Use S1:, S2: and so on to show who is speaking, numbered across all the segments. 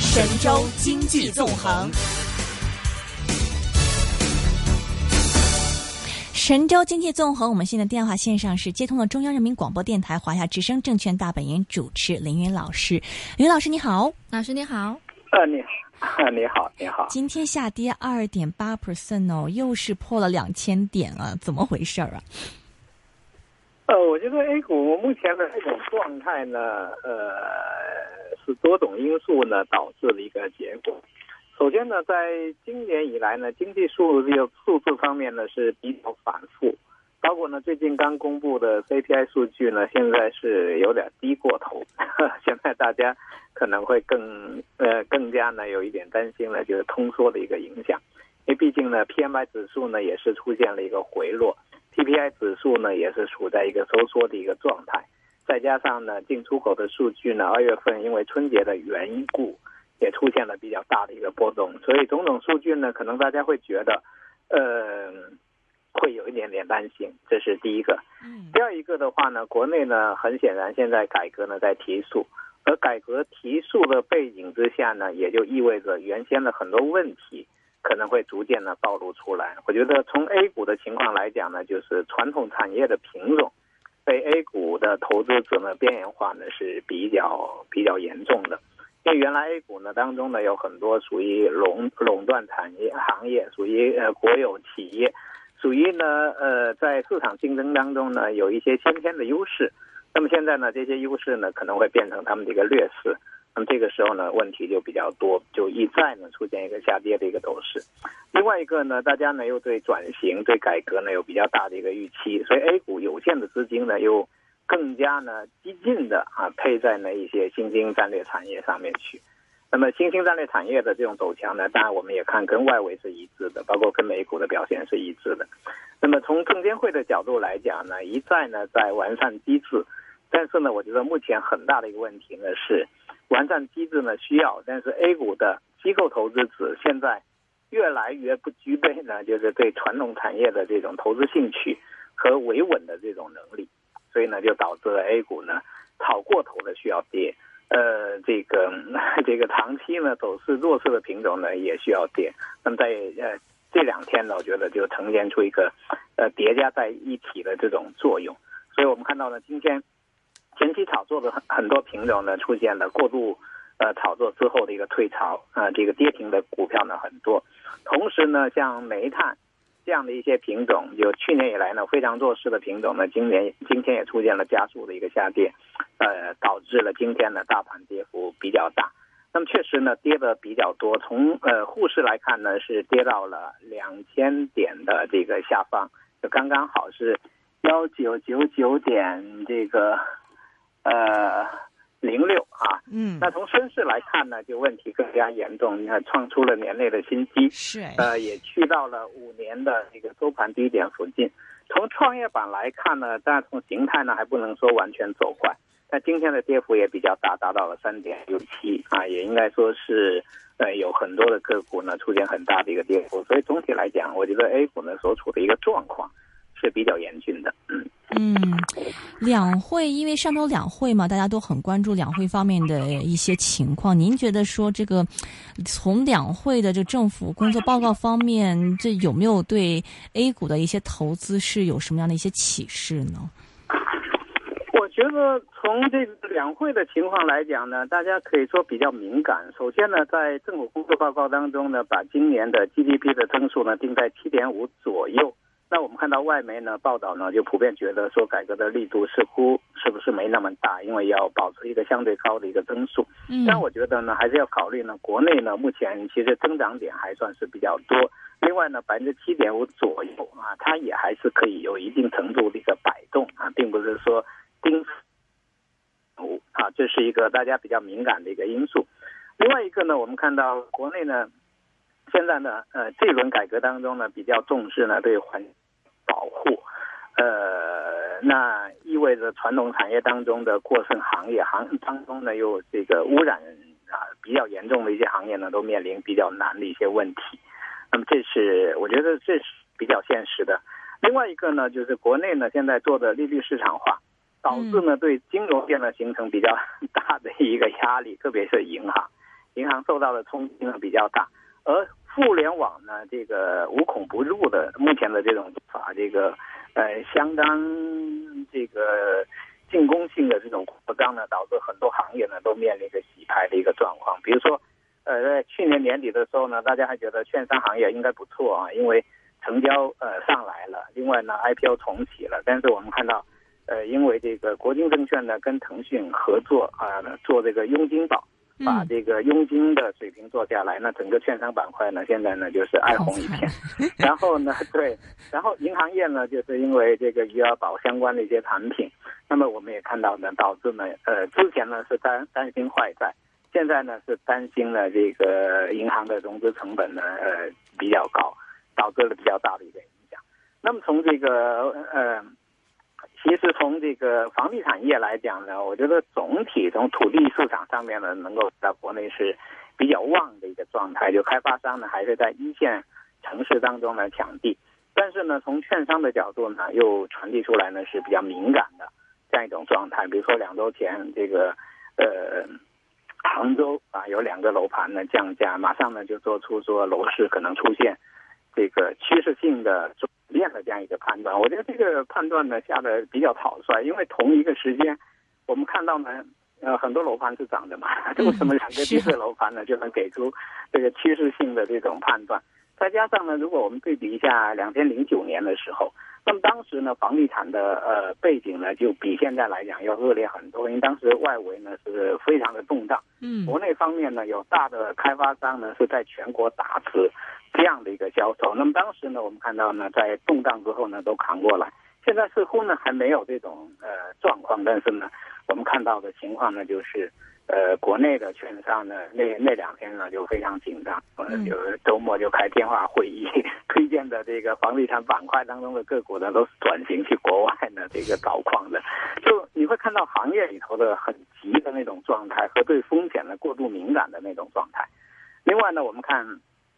S1: 神州经济纵横。神州经济纵横，我们现在电话线上是接通了中央人民广播电台华夏之声证券大本营主持林云老师。林老师你好。
S2: 老师你好。
S3: 你好。
S1: 今天下跌2.8% 哦，又是破了2000点了，怎么回事啊？
S3: 我觉得 A 股目前的这种状态呢，是多种因素呢导致的一个结果。首先呢，在今年以来呢，经济数字方面呢是比较反复，包括呢最近刚公布的 CPI 数据呢，现在是有点低过头，现在大家可能会更加呢有一点担心了，就是通缩的一个影响，因为毕竟呢 PMI 指数呢也是出现了一个回落。PPI 指数呢也是处在一个收缩的一个状态，再加上呢进出口的数据呢2月份因为春节的缘故也出现了比较大的一个波动，所以种种数据呢可能大家会觉得会有一点点担心，这是第一个。第二一个的话呢，国内呢很显然现在改革呢在提速，而改革提速的背景之下呢，也就意味着原先的很多问题可能会逐渐的暴露出来。我觉得从 A 股的情况来讲呢，就是传统产业的品种被 A 股的投资者呢边缘化呢是比较严重的。因为原来 A 股呢当中呢有很多属于垄断产业行业，属于国有企业，属于呢在市场竞争当中呢有一些先天的优势。那么现在呢这些优势呢可能会变成他们的一个劣势。那么这个时候呢问题就比较多，就一再呢出现一个下跌的一个走势。另外一个呢，大家呢又对转型对改革呢有比较大的一个预期，所以 A 股有限的资金呢又更加呢激进的配在呢一些新兴战略产业上面去。那么新兴战略产业的这种走强呢，当然我们也看跟外围是一致的，包括跟美股的表现是一致的。那么从证监会的角度来讲呢，一再呢在完善机制，但是呢我觉得目前很大的一个问题呢是完善机制呢需要，但是 A 股的机构投资者现在越来越不具备呢就是对传统产业的这种投资兴趣和维稳的这种能力，所以呢就导致了 A 股呢炒过头的需要跌，这个长期呢走势弱势的品种呢也需要跌。那么在这两天呢，我觉得就呈现出一个叠加在一起的这种作用。所以我们看到呢，今天前期炒作的很多品种呢出现了过度炒作之后的一个退潮，这个跌停的股票呢很多。同时呢，像煤炭这样的一些品种，就去年以来呢非常弱势的品种呢，今天也出现了加速的一个下跌，导致了今天呢大盘跌幅比较大。那么确实呢跌的比较多，从沪市来看呢是跌到了2000点的这个下方，就刚刚好是1999点这个06啊。那从深市来看呢，就问题更加严重，你看创出了年内的新低，
S1: 是
S3: 也去到了5年的这个收盘低点附近。从创业板来看呢，但从形态呢还不能说完全走坏，但今天的跌幅也比较大，达到了3.67啊，也应该说是有很多的个股呢出现很大的一个跌幅。所以总体来讲，我觉得 A 股呢所处的一个状况是比较严峻的。
S1: 两会，因为上周两会嘛，大家都很关注两会方面的一些情况。您觉得说这个从两会的这政府工作报告方面，这有没有对 A 股的一些投资是有什么样的一些启示呢？
S3: 我觉得从这个两会的情况来讲呢，大家可以说比较敏感。首先呢，在政府工作报告当中呢，把今年的 GDP 的增速呢定在 7.5 左右。那我们看到外媒呢报道呢，就普遍觉得说改革的力度似乎是不是没那么大，因为要保持一个相对高的一个增速。但我觉得呢，还是要考虑呢，国内呢目前其实增长点还算是比较多。另外呢，7.5%左右啊，它也还是可以有一定程度的一个摆动啊，并不是说盯啊，这是一个大家比较敏感的一个因素。另外一个呢，我们看到国内呢现在呢这一轮改革当中呢比较重视呢对环境保护，那意味着传统产业当中的过剩行业当中呢又这个污染比较严重的一些行业呢都面临比较难的一些问题。那么我觉得这是比较现实的。另外一个呢就是国内呢现在做的利率市场化，导致呢对金融业呢形成比较大的一个压力，特别是银行。 银行受到的冲击呢比较大，而互联网呢这个无孔不入的目前的这种法，这个相当这个进攻性的这种扩张呢，导致很多行业呢都面临一个洗牌的一个状况。比如说在去年年底的时候呢，大家还觉得券商行业应该不错啊，因为成交上来了，另外呢 IPO 重启了，但是我们看到因为这个国金证券呢跟腾讯合作做这个佣金宝，把这个佣金的水平做下来，那整个券商板块呢现在呢就是哀鸿一片。然后呢然后银行业呢就是因为这个余额宝相关的一些产品，那么我们也看到呢导致呢之前呢是担心坏债，现在呢是担心呢这个银行的融资成本呢比较高，导致了比较大的一个影响。那么从这个其实从这个房地产业来讲呢，我觉得总体从土地市场上面呢，能够在国内是比较旺的一个状态，就开发商呢还是在一线城市当中呢抢地，但是呢从券商的角度呢又传递出来呢是比较敏感的这样一种状态。比如说2周前这个杭州有2个楼盘呢降价，马上呢就做出说楼市可能出现这个趋势性的转变的这样一个判断。我觉得这个判断呢下的比较草率，因为同一个时间我们看到呢很多楼盘是涨的嘛，为什么2个低税楼盘呢就能给出这个趋势性的这种判断？再加上呢，如果我们对比一下2009年的时候，那么当时呢房地产的背景呢就比现在来讲要恶劣很多，因为当时外围呢是非常的动荡，国内方面呢有大的开发商呢是在全国打持这样的一个销售，那么当时呢我们看到呢在动荡之后呢都扛过来，现在似乎呢还没有这种状况，但是呢我们看到的情况呢就是国内的券商呢那2天呢就非常紧张，就周末就开电话会议，推荐的这个房地产板块当中的个股呢都是转型去国外呢这个找矿的，就你会看到行业里头的很急的那种状态和对风险的过度敏感的那种状态。另外呢我们看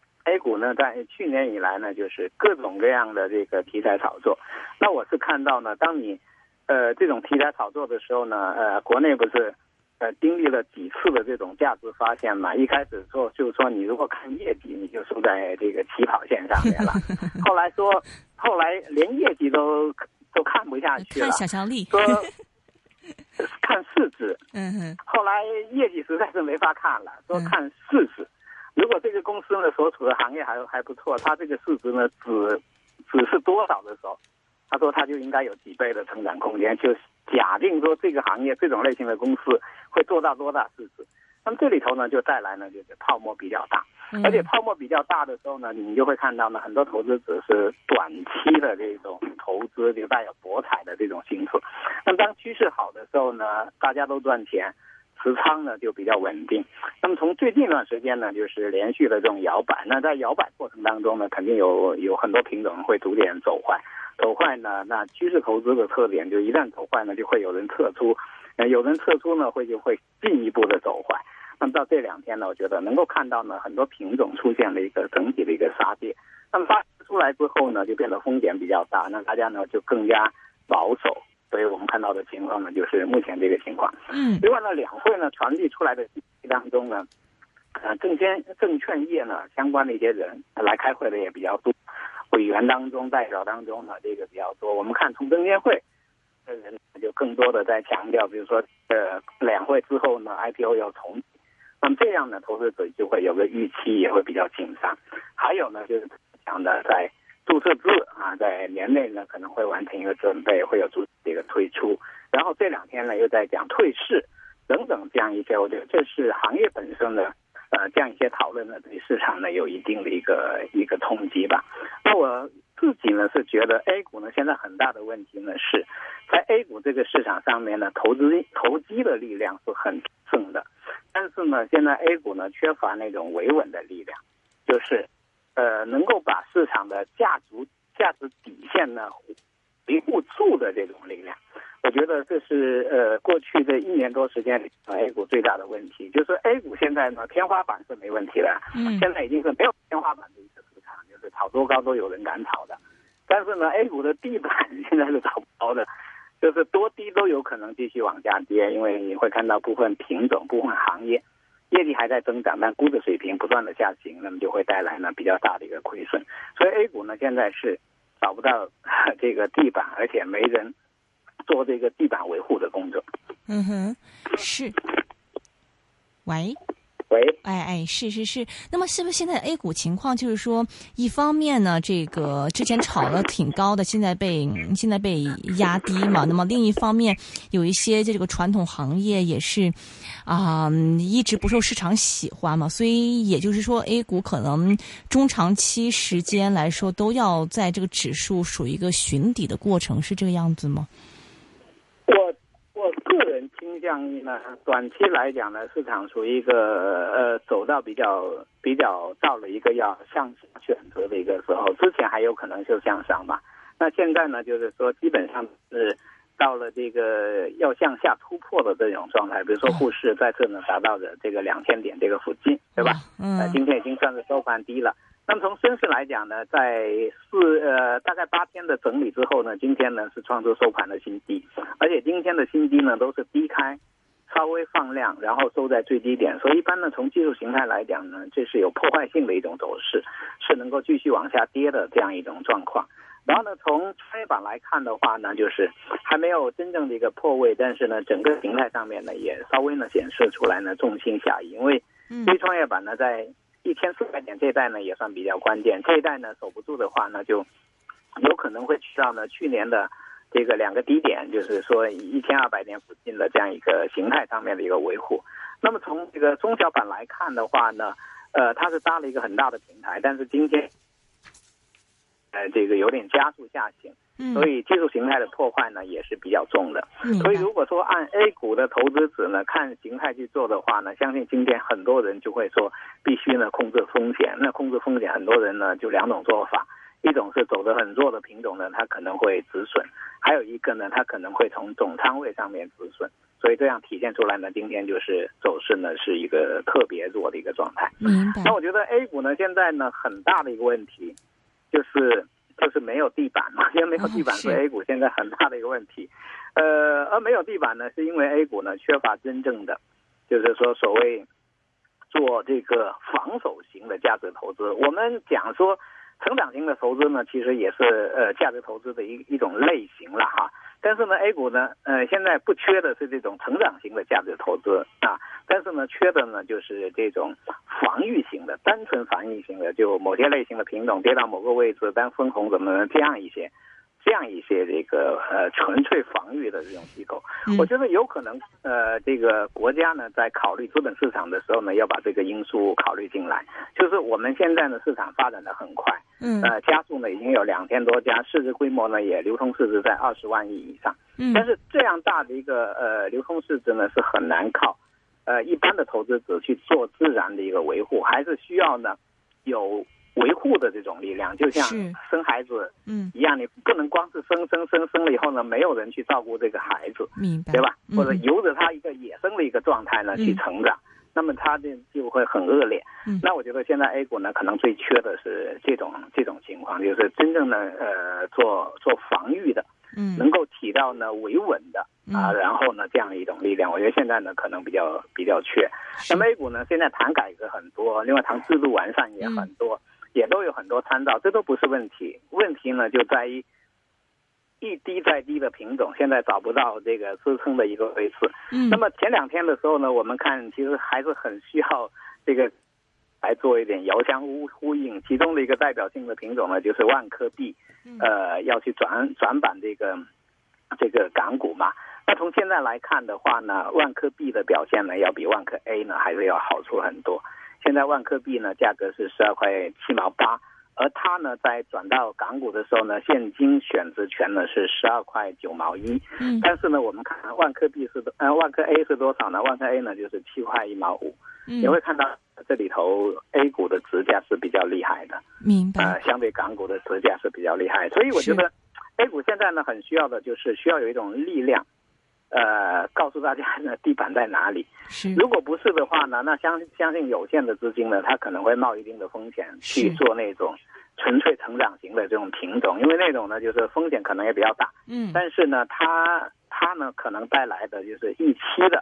S3: A 股呢在去年以来呢就是各种各样的这个题材炒作，那我是看到呢当你这种题材炒作的时候呢国内不是经历了几次的这种价值发现嘛，一开始就是说你如果看业绩你就输在这个起跑线上面了后来连业绩都看不下去了，
S1: 看想象力，
S3: 说看市值，后来业绩实在是没法看了，说看市值，如果这个公司呢所处的行业还不错，它这个市值呢只是多少的时候，他说他就应该有几倍的成长空间，就假定说这个行业这种类型的公司会做到多大市值。那么这里头呢就带来呢就是泡沫比较大，而且泡沫比较大的时候呢，你就会看到呢很多投资者是短期的这种投资，就带有博彩的这种性质。那么当趋势好的时候呢，大家都赚钱，持仓呢就比较稳定。那么从最近一段时间呢，就是连续的这种摇摆。那在摇摆过程当中呢，肯定有很多品种会逐渐走坏。走坏呢，那趋势投资的特点就一旦走坏呢，就会有人撤出。有人撤出呢，就会进一步的走坏。那么到这2天呢，我觉得能够看到呢，很多品种出现了一个整体的一个杀跌。那么杀出来之后呢，就变得风险比较大，那大家呢就更加保守。所以我们看到的情况呢，就是目前这个情况。另外呢，两会呢传递出来的信息当中呢，证券业呢相关的一些人来开会的也比较多，委员当中、代表当中呢这个比较多。我们看从证监会的人就更多的在强调，比如说两会之后呢 IPO 要重启，那么这样呢投资者就会有个预期，也会比较紧张。还有呢就是讲的在注册制在年内呢可能会完成一个准备，会有这个推出，然后这2天呢又在讲退市等等这样一些，我觉得这是行业本身的这样一些讨论呢对市场呢有一定的一个冲击吧。那我自己呢是觉得 A 股呢现在很大的问题呢是在 A 股这个市场上面呢投机的力量是很盛的，但是呢现在 A 股呢缺乏那种维稳的力量，就是能够把市场的价值底线呢维护住的这种力量。我觉得这是过去的1年多时间里A 股最大的问题，就是 A 股现在呢天花板是没问题的，现在已经是没有天花板的一个市场，就是炒多高都有人敢炒的。但是呢 A 股的地板现在是炒不高的，就是多低都有可能继续往下跌，因为你会看到部分品种、部分行业业绩还在增长，但估值水平不断的下行，那么就会带来呢比较大的一个亏损。所以 A 股呢现在是找不到这个地板，而且没人做这个地板维护的工作。
S1: 嗯哼，是。喂。是。那么是不是现在 A 股情况就是说，一方面呢，这个之前炒得挺高的，现在被压低嘛。那么另一方面，有一些这个传统行业也是一直不受市场喜欢嘛。所以也就是说 ，A 股可能中长期时间来说，都要在这个指数属于一个寻底的过程，是这个样子吗？
S3: 我个人倾向于呢，短期来讲呢，市场处于一个走到比较到了一个要向下选择的一个时候，之前还有可能是向上嘛。那现在呢，就是说基本上是到了这个要向下突破的这种状态，比如说沪市再次呢达到的这个2000点这个附近，对吧？今天已经算是收盘低了。那么从深市来讲呢，在大概8天的整理之后呢，今天呢是创出收盘的新低，而且今天的新低呢都是低开，稍微放量，然后收在最低点，所以一般呢从技术形态来讲呢，这是有破坏性的一种走势，是能够继续往下跌的这样一种状况。然后呢，从创业板来看的话呢，就是还没有真正的一个破位，但是呢，整个形态上面呢也稍微呢显示出来呢重心下移，因为对创业板呢在1400点这一带呢也算比较关键，这一带呢守不住的话呢，就有可能会去到呢去年的这个2个低点，就是说1200点附近的这样一个形态上面的一个维护。那么从这个中小板来看的话呢，它是搭了一个很大的平台，但是今天这个有点加速下行，所以技术形态的破坏呢也是比较重的。所以如果说按 A 股的投资者呢看形态去做的话呢，相信今天很多人就会说必须呢控制风险。那控制风险，很多人呢就2种做法，一种是走得很弱的品种呢，它可能会止损；还有一个呢，它可能会从总仓位上面止损。所以这样体现出来呢，今天就是走势呢是一个特别弱的一个状态。那我觉得 A 股呢现在呢很大的一个问题就是没有地板嘛，因为没有地板是 A 股现在很大的一个问题。而没有地板呢，是因为 A 股呢缺乏真正的，就是说所谓做这个防守型的价值投资。我们讲说成长型的投资呢，其实也是价值投资的一种类型了哈。但是呢 A 股呢现在不缺的是这种成长型的价值投资啊，但是呢缺的呢就是这种防御型的，单纯防御型的，就某些类型的品种跌到某个位置但分红怎么这样一些这个纯粹防御的这种机构。我觉得有可能这个国家呢在考虑资本市场的时候呢，要把这个因素考虑进来。就是我们现在呢市场发展的很快，家数呢已经有2000多家，市值规模呢也流通市值在20万亿以上。但是这样大的一个流通市值呢是很难靠一般的投资者去做自然的一个维护，还是需要呢有维护的这种力量，就像生孩子一样，你不能光是生了以后呢，没有人去照顾这个孩子，对吧？或者由着他一个野生的一个状态呢去成长，那么他就会很恶劣。那我觉得现在 A 股呢，可能最缺的是这种情况，就是真正的做防御的，能够起到呢维稳的然后呢这样一种力量，我觉得现在呢可能比较缺。那么 A 股呢现在谈改革很多，另外谈制度完善也很多。也都有很多参照，这都不是问题。问题呢就在于一低再低的品种现在找不到这个支撑的一个位置。那么前2天的时候呢，我们看其实还是很需要这个来做一点遥相呼应。其中的一个代表性的品种呢，就是万科 B，要去转板这个港股嘛。那从现在来看的话呢，万科 B 的表现呢，要比万科 A 呢还是要好出很多。现在万科 B 呢价格是12块7毛8，而它呢在转到港股的时候呢，现金选择权呢是12块9毛1。但是呢，我们看万科 B 万科 A 是多少呢？万科 A 呢就是7块1毛5。你会看到这里头 A 股的值价是比较厉害的，
S1: 明白？相
S3: 对港股的值价是比较厉害，所以我觉得 A 股现在呢很需要的就是需要有一种力量。告诉大家呢地板在哪里。如果不是的话呢，那相信有限的资金呢，它可能会冒一定的风险去做那种纯粹成长型的这种品种，因为那种呢就是风险可能也比较大。但是呢它呢可能带来的就是预期的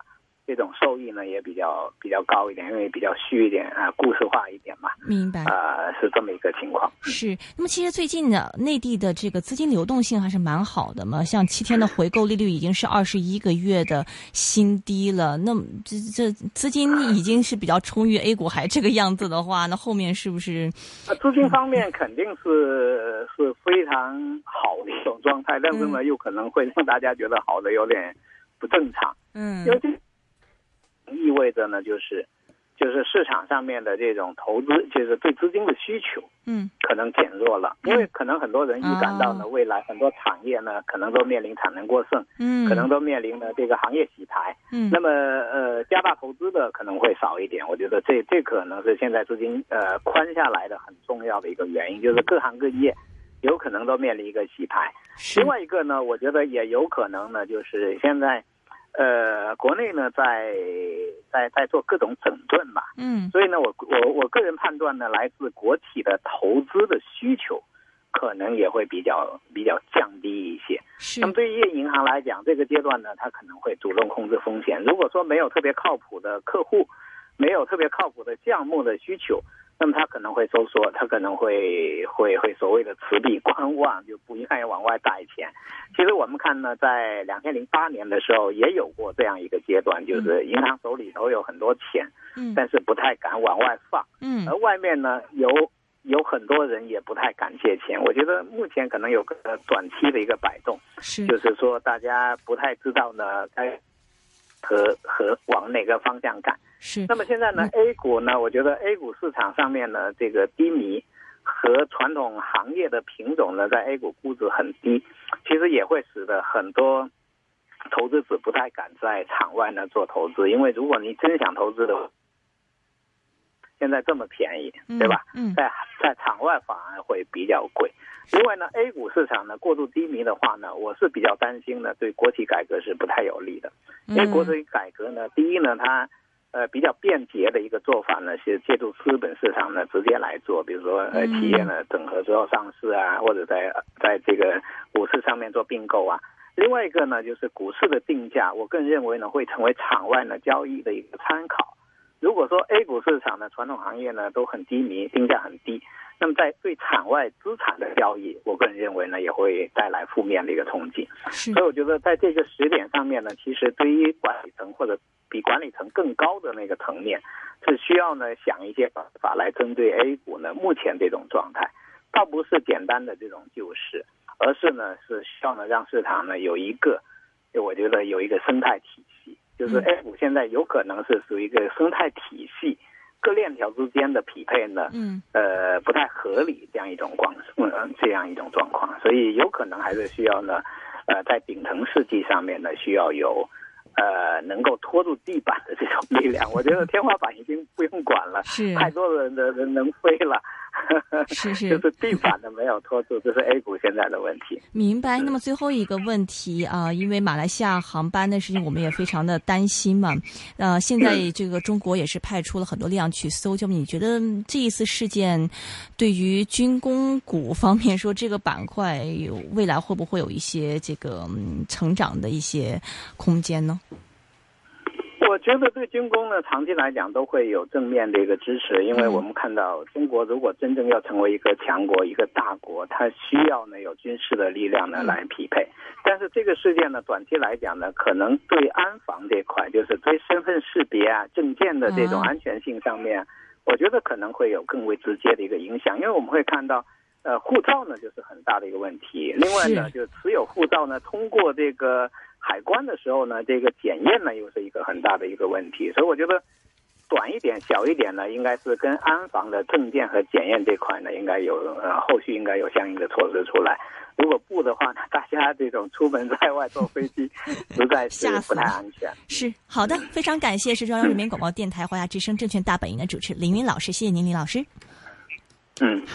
S3: 这种受益呢也比较高一点，因为比较虚一点故事化一点嘛。
S1: 明白。
S3: 是这么一个情况。
S1: 是。那么其实最近呢，内地的这个资金流动性还是蛮好的嘛，像7天的回购利率已经是21个月的新低了。那么这资金已经是比较充裕 ，A 股还这个样子的话，那后面是不是？
S3: 资金方面肯定是非常好的一种状态，但是呢，又可能会让大家觉得好的有点不正常。因为这意味着呢，就是市场上面的这种投资，就是对资金的需求，可能减弱了。因为可能很多人预感到呢，未来很多产业呢，可能都面临产能过剩，可能都面临了这个行业洗牌。那么加大投资的可能会少一点。我觉得这可能是现在资金宽下来的很重要的一个原因，就是各行各业有可能都面临一个洗牌。另外一个呢，我觉得也有可能呢，就是现在。国内呢在做各种整顿嘛，所以呢我个人判断呢，来自国企的投资的需求可能也会比较降低一些。那么对于银行来讲，这个阶段呢，它可能会主动控制风险。如果说没有特别靠谱的客户，没有特别靠谱的项目的需求，那么它可能会收缩，它可能会所谓的持币观望，就不愿意往外贷钱。其实我们看呢，在2008年的时候也有过这样一个阶段，就是银行手里头有很多钱，但是不太敢往外放，而外面呢有很多人也不太敢借钱。我觉得目前可能有个短期的一个摆动，就是说大家不太知道呢该和往哪个方向干。那么现在呢，A 股呢，我觉得 A 股市场上面呢，这个低迷和传统行业的品种呢，在 A 股估值很低，其实也会使得很多投资者不太敢在场外呢做投资，因为如果你真想投资的话，现在这么便宜，对吧？在场外反而会比较贵。另外呢 ，A 股市场呢过度低迷的话呢，我是比较担心呢，对国企改革是不太有利的。因为国企改革呢，第一呢，它比较便捷的一个做法呢，是借助资本市场呢直接来做，比如说企业呢整合之后上市啊，或者在这个股市上面做并购啊。另外一个呢，就是股市的定价，我更认为呢会成为场外呢交易的一个参考。如果说 A 股市场的传统行业呢都很低迷，定价很低，那么在对场外资产的交易，我个人认为呢也会带来负面的一个冲击。所以我觉得在这个时点上面呢，其实对于管理层或者比管理层更高的那个层面，是需要呢想一些办法来针对 A 股呢目前这种状态，倒不是简单的这种救市，而是呢是需要呢让市场呢有一个，我觉得有一个生态体系。就是 A 股现在有可能是属于一个生态体系，各链条之间的匹配呢，不太合理这样一种状况，所以有可能还是需要呢，在顶层世纪上面呢，需要有能够拖住地板的这种力量。我觉得天花板已经不用管了，太多的人能飞了。就是地板的没有拖住，这是 A 股现在的问题。
S1: 明白。那么最后一个问题因为马来西亚航班的事情，我们也非常的担心嘛。现在这个中国也是派出了很多力量去搜救。你觉得这一次事件对于军工股方面说，这个板块未来会不会有一些这个成长的一些空间呢？
S3: 我觉得对军工呢，长期来讲都会有正面的一个支持，因为我们看到中国如果真正要成为一个强国、一个大国，它需要呢有军事的力量呢来匹配。但是这个事件呢，短期来讲呢，可能对安防这块，就是对身份识别啊、证件的这种安全性上面，我觉得可能会有更为直接的一个影响，因为我们会看到，护照呢就是很大的一个问题。另外呢，就持有护照呢，通过这个海关的时候呢，这个检验呢又是一个很大的一个问题。所以我觉得短一点、小一点呢，应该是跟安防的证件和检验这块呢，应该有后续应该有相应的措施出来。如果不的话呢，大家这种出门在外坐飞机实在是不太安全。
S1: 是好的，非常感谢是中央人民广播电台华夏之声证券大本营的主持林云老师，谢谢您，林老师。